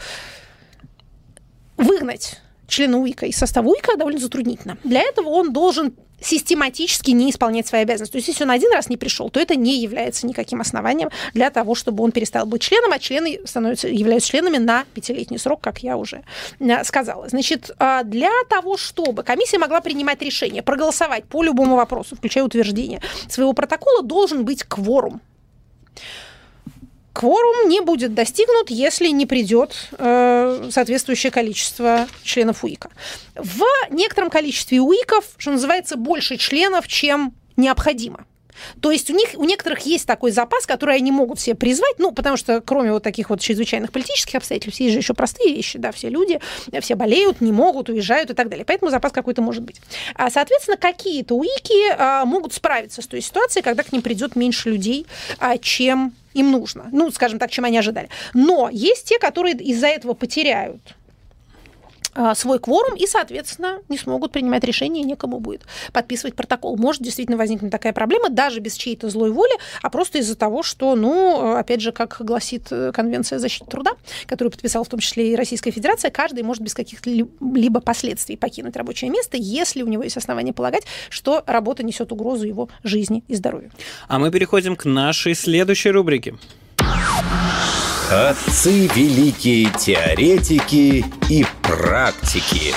Выгнать члена УИКа из состава УИКа довольно затруднительно. Для этого он должен систематически не исполнять свои обязанности. То есть, если он один раз не пришел, то это не является никаким основанием для того, чтобы он перестал быть членом, а члены становятся, являются членами на пятилетний срок, как я уже сказала. Значит, для того, чтобы комиссия могла принимать решение, проголосовать по любому вопросу, включая утверждение своего протокола, должен быть кворум. Кворум не будет достигнут, если не придет э, соответствующее количество членов УИКа. В некотором количестве УИКов, что называется, больше членов, чем необходимо. То есть у них, у некоторых есть такой запас, который они могут себе призвать, ну, потому что кроме вот таких вот чрезвычайных политических обстоятельств, есть же еще простые вещи, да, все люди, все болеют, не могут, уезжают и так далее. Поэтому запас какой-то может быть. А, соответственно, какие-то УИКи а, могут справиться с той ситуацией, когда к ним придет меньше людей, а, чем им нужно. Ну, скажем так, чем они ожидали. Но есть те, которые из-за этого потеряют свой кворум и, соответственно, не смогут принимать решения, и некому будет подписывать протокол. Может действительно возникнуть такая проблема, даже без чьей-то злой воли, а просто из-за того, что, ну, опять же, как гласит Конвенция о защите труда, которую подписала в том числе и Российская Федерация, каждый может без каких-либо последствий покинуть рабочее место, если у него есть основания полагать, что работа несет угрозу его жизни и здоровью.
А мы переходим к нашей следующей рубрике.
Отцы великие теоретики и практики.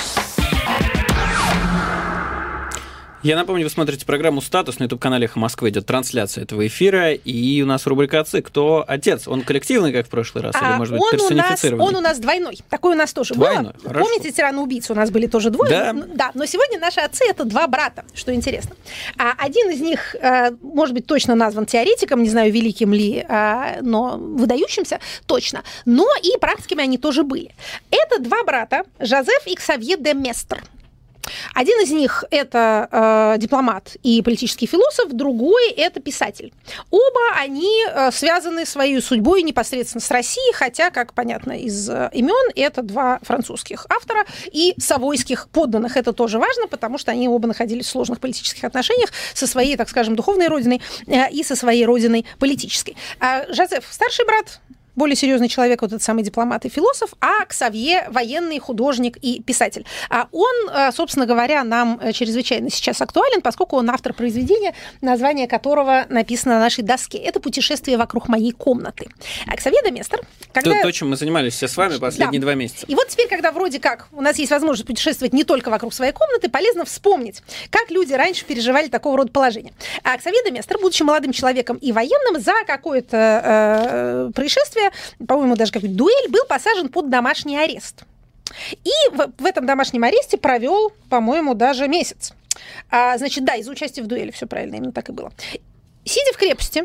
Я напомню, вы смотрите программу «Статус». На YouTube-канале «Эхо Москвы» идет трансляция этого эфира. И у нас рубрика «Отцы». Кто отец? Он коллективный, как в прошлый раз?
А
или, может быть, персонифицированный?
Он у нас двойной. Такой у нас тоже
двойной,
было. Хорошо. Помните, тираны-убийцы у нас были тоже двое?
Да.
Да, но сегодня наши отцы – это два брата, что интересно. А один из них, может быть, точно назван теоретиком, не знаю, великим ли, но выдающимся точно. Но и практиками они тоже были. Это два брата, Жозеф и Ксавье де Местр. Один из них – это э, дипломат и политический философ, другой – это писатель. Оба они э, связаны своей судьбой непосредственно с Россией, хотя, как понятно из э, имен, это два французских автора и савойских подданных. Это тоже важно, потому что они оба находились в сложных политических отношениях со своей, так скажем, духовной родиной э, и со своей родиной политической. А Жозеф – старший брат, более серьезный человек, вот этот самый дипломат и философ, а Ксавье – военный, художник и писатель. А он, собственно говоря, нам чрезвычайно сейчас актуален, поскольку он автор произведения, название которого написано на нашей доске. Это «Путешествие вокруг моей комнаты». А Ксавье де Местр...
Когда... То, то, чем мы занимались все с вами последние да. два месяца.
И вот теперь, когда вроде как у нас есть возможность путешествовать не только вокруг своей комнаты, полезно вспомнить, как люди раньше переживали такого рода положение. А Ксавье де Местр, будучи молодым человеком и военным, за какое-то э, происшествие, по-моему, даже какую-то дуэль, был посажен под домашний арест. И в, в этом домашнем аресте провел, по-моему, даже месяц. А, значит, да, из-за участия в дуэли, все правильно, именно так и было. Сидя в крепости,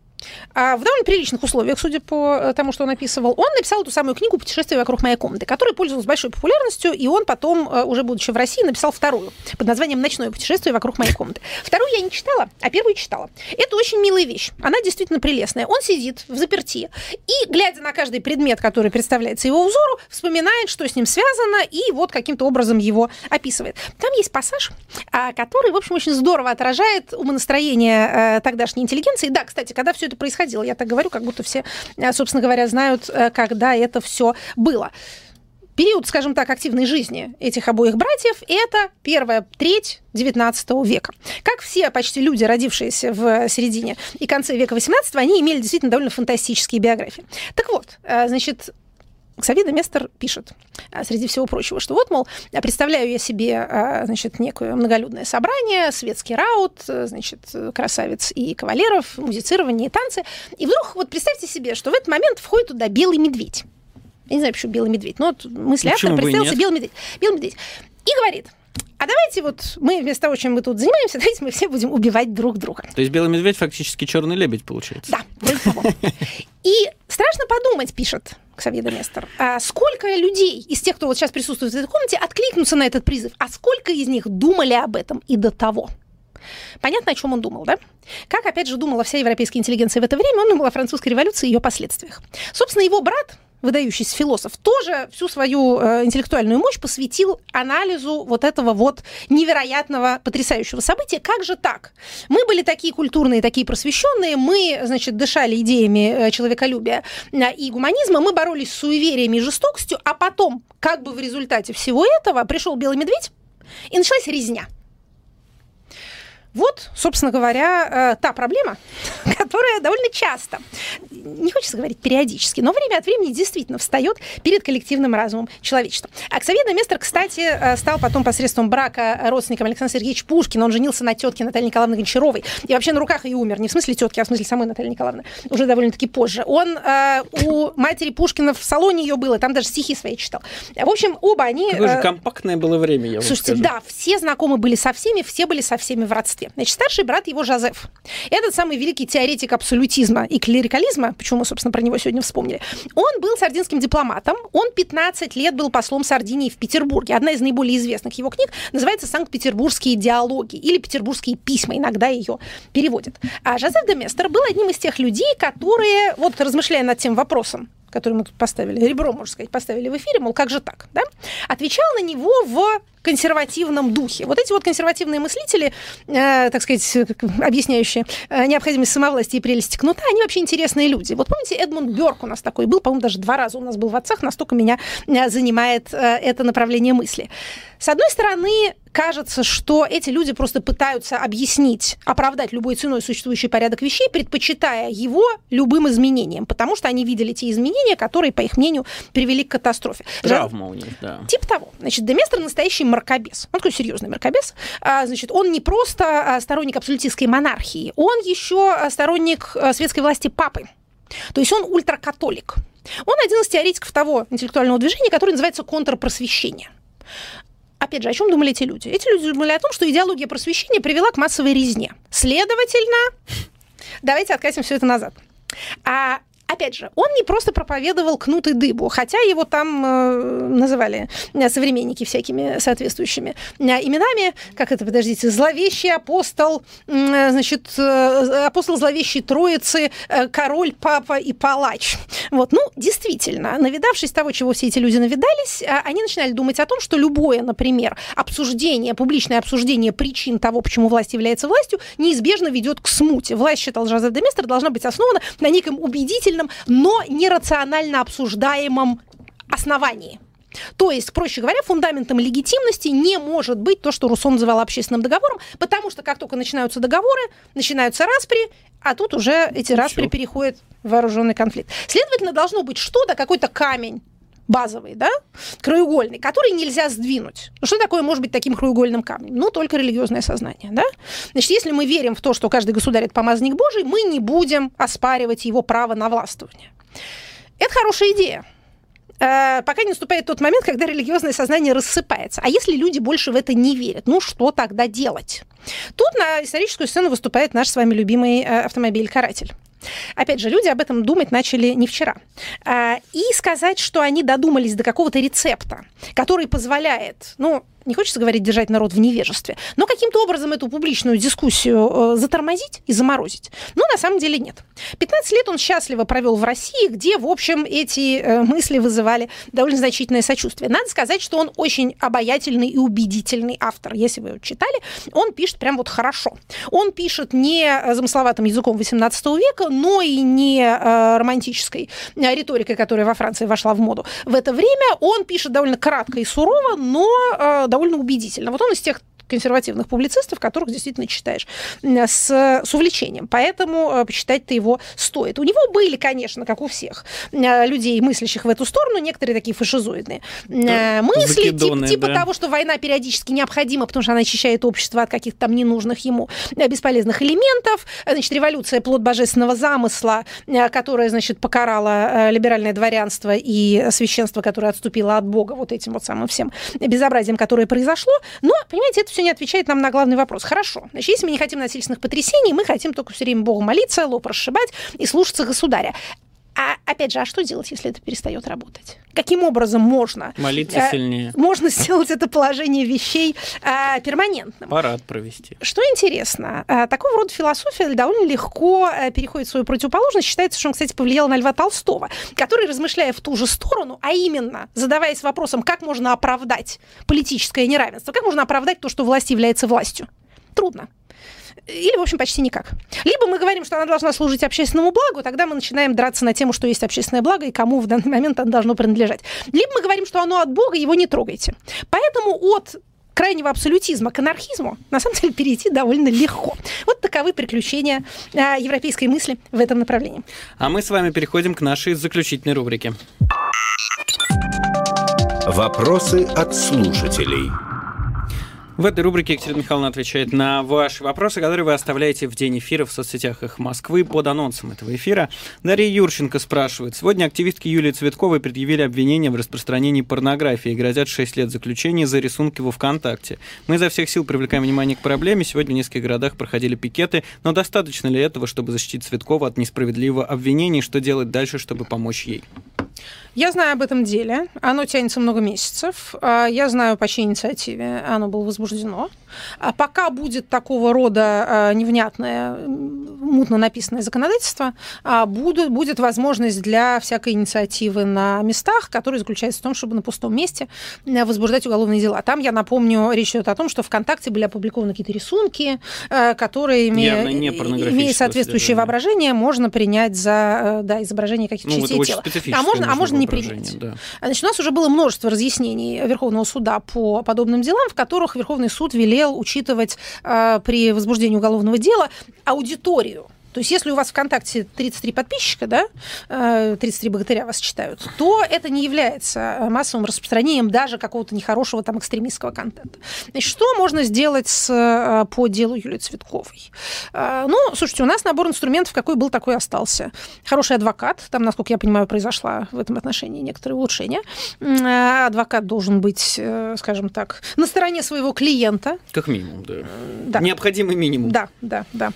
в довольно приличных условиях, судя по тому, что он описывал, он написал эту самую книгу «Путешествие вокруг моей комнаты», которая пользовалась большой популярностью, и он потом, уже будучи в России, написал вторую под названием «Ночное путешествие вокруг моей комнаты». Вторую я не читала, а первую читала. Это очень милая вещь, она действительно прелестная. Он сидит в заперти и, глядя на каждый предмет, который представляется его взору, вспоминает, что с ним связано, и вот каким-то образом его описывает. Там есть пассаж, который, в общем, очень здорово отражает умонастроение тогдашней интеллигенции. Да, кстати, когда все это происходило. Я так говорю, как будто все, собственно говоря, знают, когда это все было. Период, скажем так, активной жизни этих обоих братьев – это первая треть девятнадцатого века. Как все почти люди, родившиеся в середине и конце века восемнадцатого, они имели действительно довольно фантастические биографии. Так вот, значит, Ксавье де Местер пишет, среди всего прочего, что вот, мол, представляю я себе, значит, некое многолюдное собрание, светский раут, значит, красавиц и кавалеров, музицирование и танцы. И вдруг вот представьте себе, что в этот момент входит туда белый медведь. Я не знаю, почему белый медведь, но вот мысль автора представился белый медведь. Белый медведь. И говорит: а давайте вот мы вместо того, чем мы тут занимаемся, давайте мы все будем убивать друг друга.
То есть белый медведь фактически черный лебедь получается?
Да, вроде того. И страшно подумать, пишет Ксавье де Местер, а сколько людей из тех, кто вот сейчас присутствует в этой комнате, откликнутся на этот призыв, а сколько из них думали об этом и до того. Понятно, о чем он думал, да? Как, опять же, думала вся европейская интеллигенция в это время, он думал о французской революции и ее последствиях. Собственно, его брат, выдающийся философ, тоже всю свою э, интеллектуальную мощь посвятил анализу вот этого вот невероятного, потрясающего события. Как же так? Мы были такие культурные, такие просвещенные, мы, значит, дышали идеями э, человеколюбия э, и гуманизма, мы боролись с суевериями и жестокостью, а потом, как бы в результате всего этого, пришел белый медведь, и началась резня. Вот, собственно говоря, та проблема, которая довольно часто, не хочется говорить периодически, но время от времени действительно встает перед коллективным разумом человечества. А Ксавье де Местер, кстати, стал потом посредством брака родственником Александра Сергеевича Пушкина. Он женился на тетке Натальи Николаевны Гончаровой. И вообще на руках и умер. Не в смысле тетки, а в смысле самой Натальи Николаевны. Уже довольно-таки позже. Он э, у матери Пушкина в салоне ее было, там даже стихи свои читал. В общем, оба они...
Какое же компактное было время, я вам
Слушайте,
скажу.
да, все знакомы были со всеми, все были со всеми в родстве. Значит, старший брат его Жозеф. Этот самый великий теоретик абсолютизма и клерикализма, почему мы, собственно, про него сегодня вспомнили, он был сардинским дипломатом, он пятнадцать лет был послом Сардинии в Петербурге. Одна из наиболее известных его книг называется «Санкт-Петербургские диалоги» или «Петербургские письма», иногда ее переводят. А Жозеф де Местер был одним из тех людей, которые, вот размышляя над тем вопросом, который мы тут поставили, ребро, можно сказать, поставили в эфире, мол, как же так, да? Отвечал на него в консервативном духе. Вот эти вот консервативные мыслители, э, так сказать, объясняющие э, необходимость самовластия и прелести кнута, они вообще интересные люди. Вот помните, Эдмунд Бёрк у нас такой был, по-моему, даже два раза у нас был в «Отцах», настолько меня э, занимает э, это направление мысли. С одной стороны, кажется, что эти люди просто пытаются объяснить, оправдать любой ценой существующий порядок вещей, предпочитая его любым изменениям, потому что они видели те изменения, которые, по их мнению, привели к катастрофе.
Травма у них, да.
Типа того. Значит, де Местер настоящий мракобес. Он такой серьезный мракобес. А, значит, он не просто сторонник абсолютистской монархии, он еще сторонник светской власти папы. То есть он ультракатолик. Он один из теоретиков того интеллектуального движения, которое называется контрпросвещение. Опять же, о чем думали эти люди? Эти люди думали о том, что идеология просвещения привела к массовой резне. Следовательно, давайте откатим все это назад. А опять же, он не просто проповедовал кнут и дыбу, хотя его там э, называли современники всякими соответствующими э, именами. Как это, подождите, зловещий апостол, э, значит, э, апостол зловещей Троицы, э, король, папа и палач. Вот, ну, действительно, навидавшись того, чего все эти люди навидались, э, они начинали думать о том, что любое, например, обсуждение, публичное обсуждение причин того, почему власть является властью, неизбежно ведет к смуте. Власть, считал Жозеф де Местер, должна быть основана на неком убедительном, но нерационально обсуждаемом основании. То есть, проще говоря, фундаментом легитимности не может быть то, что Руссо называл общественным договором, потому что как только начинаются договоры, начинаются распри, а тут уже эти распри переходят в вооруженный конфликт. Следовательно, должно быть что-то, какой-то камень базовый, да, краеугольный, который нельзя сдвинуть. Что такое может быть таким краеугольным камнем? Ну, только религиозное сознание, да? Значит, если мы верим в то, что каждый государь – это помазанник Божий, мы не будем оспаривать его право на властвование. Это хорошая идея, пока не наступает тот момент, когда религиозное сознание рассыпается. А если люди больше в это не верят, ну, что тогда делать? Тут на историческую сцену выступает наш с вами любимый автомобиль-каратель. Опять же, люди об этом думать начали не вчера. И сказать, что они додумались до какого-то рецепта, который позволяет, ну, не хочется говорить, держать народ в невежестве, но каким-то образом эту публичную дискуссию затормозить и заморозить. Ну, на самом деле нет. пятнадцать лет он счастливо провел в России, где, в общем, эти мысли вызывали довольно значительное сочувствие. Надо сказать, что он очень обаятельный и убедительный автор. Если вы его читали, он пишет прям вот хорошо. Он пишет не замысловатым языком восемнадцатого века, но и не романтической риторикой, которая во Франции вошла в моду в это время. Он пишет довольно кратко и сурово, но довольно убедительно. Вот он из тех консервативных публицистов, которых действительно читаешь с, с увлечением. Поэтому почитать-то его стоит. У него были, конечно, как у всех людей, мыслящих в эту сторону, некоторые такие фашизоидные да, мысли, закидоны, тип, типа да. того, что война периодически необходима, потому что она очищает общество от каких-то там ненужных ему бесполезных элементов. Значит, революция — плод божественного замысла, которая, значит, покарала либеральное дворянство и священство, которое отступило от Бога вот этим вот самым всем безобразием, которое произошло. Но, понимаете, это все не отвечает нам на главный вопрос. Хорошо, значит, если мы не хотим насильственных потрясений, мы хотим только все время Богу молиться, лоб расшибать и слушаться государя. А опять же, а что делать, если это перестает работать? Каким образом можно
молиться э, сильнее?
Можно сделать это положение вещей э, перманентным?
Парад провести.
Что интересно, э, такого рода философия довольно легко э, переходит в свою противоположность. Считается, что он, кстати, повлиял на Льва Толстого, который, размышляя в ту же сторону, а именно задаваясь вопросом, как можно оправдать политическое неравенство, как можно оправдать то, что власть является властью. Трудно. Или, в общем, почти никак. Либо мы говорим, что она должна служить общественному благу, тогда мы начинаем драться на тему, что есть общественное благо и кому в данный момент оно должно принадлежать. Либо мы говорим, что оно от Бога, его не трогайте. Поэтому от крайнего абсолютизма к анархизму на самом деле перейти довольно легко. Вот таковы приключения а, европейской мысли в этом направлении.
А мы с вами переходим к нашей заключительной рубрике.
Вопросы от слушателей.
В этой рубрике Екатерина Михайловна отвечает на ваши вопросы, которые вы оставляете в день эфира в соцсетях «Эхо Москвы» под анонсом этого эфира. Дарья Юрченко спрашивает. Сегодня активистки Юлии Цветковой предъявили обвинение в распространении порнографии и грозят шесть лет заключения за рисунки во ВКонтакте. Мы изо всех сил привлекаем внимание к проблеме. Сегодня в нескольких городах проходили пикеты. Но достаточно ли этого, чтобы защитить Цветкову от несправедливого обвинения? Что делать дальше, чтобы помочь ей?
Я знаю об этом деле. Оно тянется много месяцев. Я знаю, по чьей инициативе оно было возбуждено. Пока будет такого рода невнятное, мутно написанное законодательство, будет, будет возможность для всякой инициативы на местах, которая заключается в том, чтобы на пустом месте возбуждать уголовные дела. Там, я напомню, речь идет о том, что ВКонтакте были опубликованы какие-то рисунки, которые, имея, имея соответствующее воображение, можно принять за да, изображение каких-то ну, частей тела. А можно, а можно не принять. Да. Значит, у нас уже было множество разъяснений Верховного суда по подобным делам, в которых Верховный суд велел учитывать э, при возбуждении уголовного дела аудиторию. То есть, если у вас ВКонтакте тридцать три подписчика, да, тридцать три богатыря вас читают, то это не является массовым распространением даже какого-то нехорошего там экстремистского контента. Значит, что можно сделать с, по делу Юлии Цветковой? Ну, слушайте, у нас набор инструментов какой был, такой остался. Хороший адвокат, там, насколько я понимаю, произошла в этом отношении некоторые улучшения. Адвокат должен быть, скажем так, на стороне своего клиента.
Как минимум, да. да. Необходимый минимум.
Да, да, да.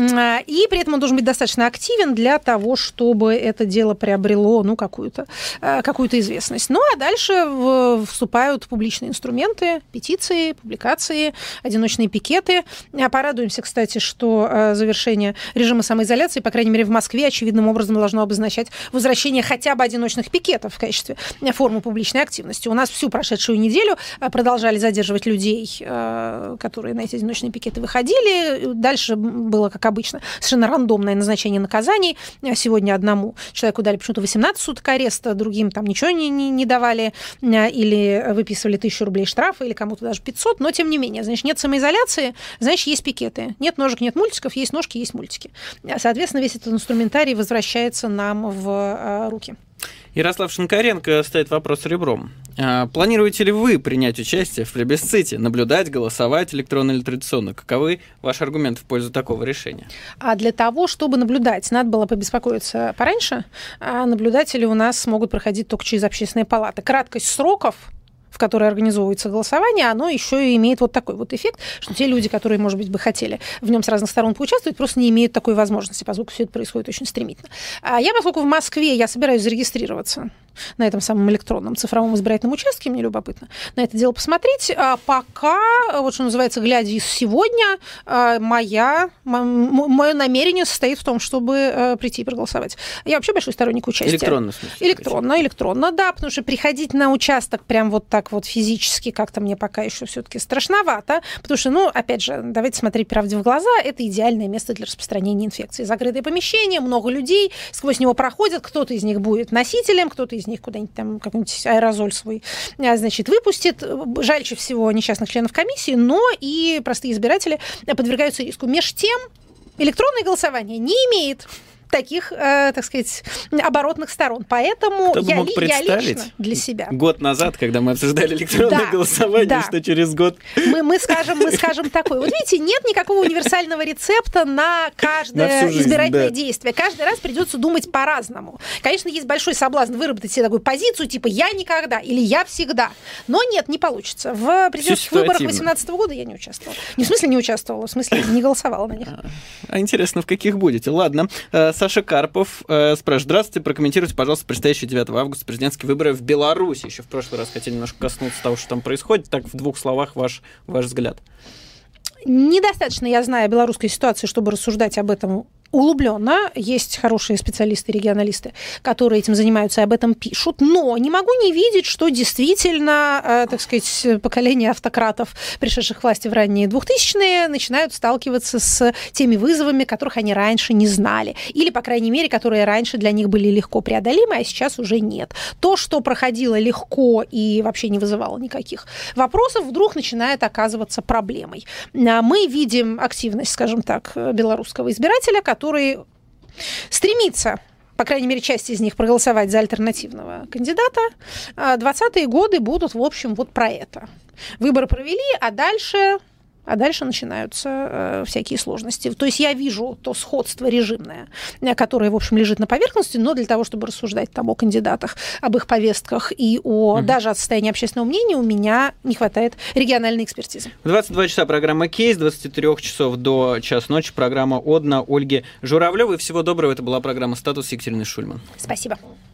И при При этом он должен быть достаточно активен для того, чтобы это дело приобрело ну, какую-то, какую-то известность. Ну, а дальше вступают публичные инструменты, петиции, публикации, одиночные пикеты. Порадуемся, кстати, что завершение режима самоизоляции, по крайней мере, в Москве, очевидным образом должно обозначать возвращение хотя бы одиночных пикетов в качестве формы публичной активности. У нас всю прошедшую неделю продолжали задерживать людей, которые на эти одиночные пикеты выходили. Дальше было, как обычно, совершенно рандомное назначение наказаний. Сегодня одному человеку дали почему-то восемнадцать суток ареста, другим там ничего не, не, не давали, или выписывали тысячу рублей штрафа, или кому-то даже пятьсот, но тем не менее, значит, нет самоизоляции, значит, есть пикеты. Нет ножек, нет мультиков, есть ножки, есть мультики. Соответственно, весь этот инструментарий возвращается нам в руки.
Ярослав Шинкаренко ставит вопрос ребром. Планируете ли вы принять участие в плебисците, наблюдать, голосовать электронно или традиционно? Каковы ваши аргументы в пользу такого решения?
А для того, чтобы наблюдать, надо было побеспокоиться пораньше. А наблюдатели у нас могут проходить только через общественные палаты. Краткость сроков, в которой организовывается голосование, оно еще и имеет вот такой вот эффект, что те люди, которые, может быть, бы хотели в нем с разных сторон поучаствовать, просто не имеют такой возможности, поскольку все это происходит очень стремительно. А я, поскольку в Москве, я собираюсь зарегистрироваться на этом самом электронном цифровом избирательном участке, мне любопытно на это дело посмотреть. А пока, вот что называется, глядя из сегодня, моя, мое намерение состоит в том, чтобы прийти и проголосовать. Я вообще большой сторонник участия.
Электронно, в смысле?
Электронно, электронно, да, потому что приходить на участок прям вот так так вот физически как-то мне пока еще все-таки страшновато, потому что, ну, опять же, давайте смотреть правде в глаза, это идеальное место для распространения инфекции. Закрытое помещение, много людей, сквозь него проходят, кто-то из них будет носителем, кто-то из них куда-нибудь там какой-нибудь аэрозоль свой, значит, выпустит. Жальче всего несчастных членов комиссии, но и простые избиратели подвергаются риску. Меж тем, электронное голосование не имеет таких, э, так сказать, оборотных сторон. Поэтому
Кто бы
я,
мог
ли,
представить
я лично для себя.
Год назад, когда мы обсуждали электронное
да,
голосование,
да.
что через год...
Мы, мы, скажем, мы скажем такое. Вот видите, нет никакого универсального рецепта на каждое
на жизнь,
избирательное
да.
действие. Каждый раз придется думать по-разному. Конечно, есть большой соблазн выработать себе такую позицию, типа «я никогда» или «я всегда». Но нет, не получится. В президентских выборах две тысячи восемнадцатого года я не участвовала. Не в смысле не участвовала, в смысле не голосовала на них.
А интересно, в каких будете? Ладно. Саша Карпов спрашивает. Здравствуйте, прокомментируйте, пожалуйста, предстоящие девятого августа президентские выборы в Беларуси. Еще в прошлый раз хотели немножко коснуться того, что там происходит. Так, в двух словах ваш, ваш взгляд.
Недостаточно я знаю белорусской ситуации, чтобы рассуждать об этом углубленно. Есть хорошие специалисты, регионалисты, которые этим занимаются и об этом пишут. Но не могу не видеть, что действительно, э, так сказать, поколение автократов, пришедших к власти в ранние двухтысячные, начинают сталкиваться с теми вызовами, которых они раньше не знали. Или, по крайней мере, которые раньше для них были легко преодолимы, а сейчас уже нет. То, что проходило легко и вообще не вызывало никаких вопросов, вдруг начинает оказываться проблемой. Мы видим активность, скажем так, белорусского избирателя, который стремится, по крайней мере, часть из них проголосовать за альтернативного кандидата. двадцатые годы будут, в общем, вот про это. Выборы провели, а дальше... А дальше начинаются э, всякие сложности. То есть я вижу то сходство режимное, которое, в общем, лежит на поверхности, но для того, чтобы рассуждать там о кандидатах, об их повестках и о угу. даже о состоянии общественного мнения, у меня не хватает региональной экспертизы.
В двадцать два часа программа «Кейс», с двадцати трёх часов до часа ночи программа «Одна» Ольги Журавлёвой. Всего доброго. Это была программа «Статус» Екатерины Шульман.
Спасибо.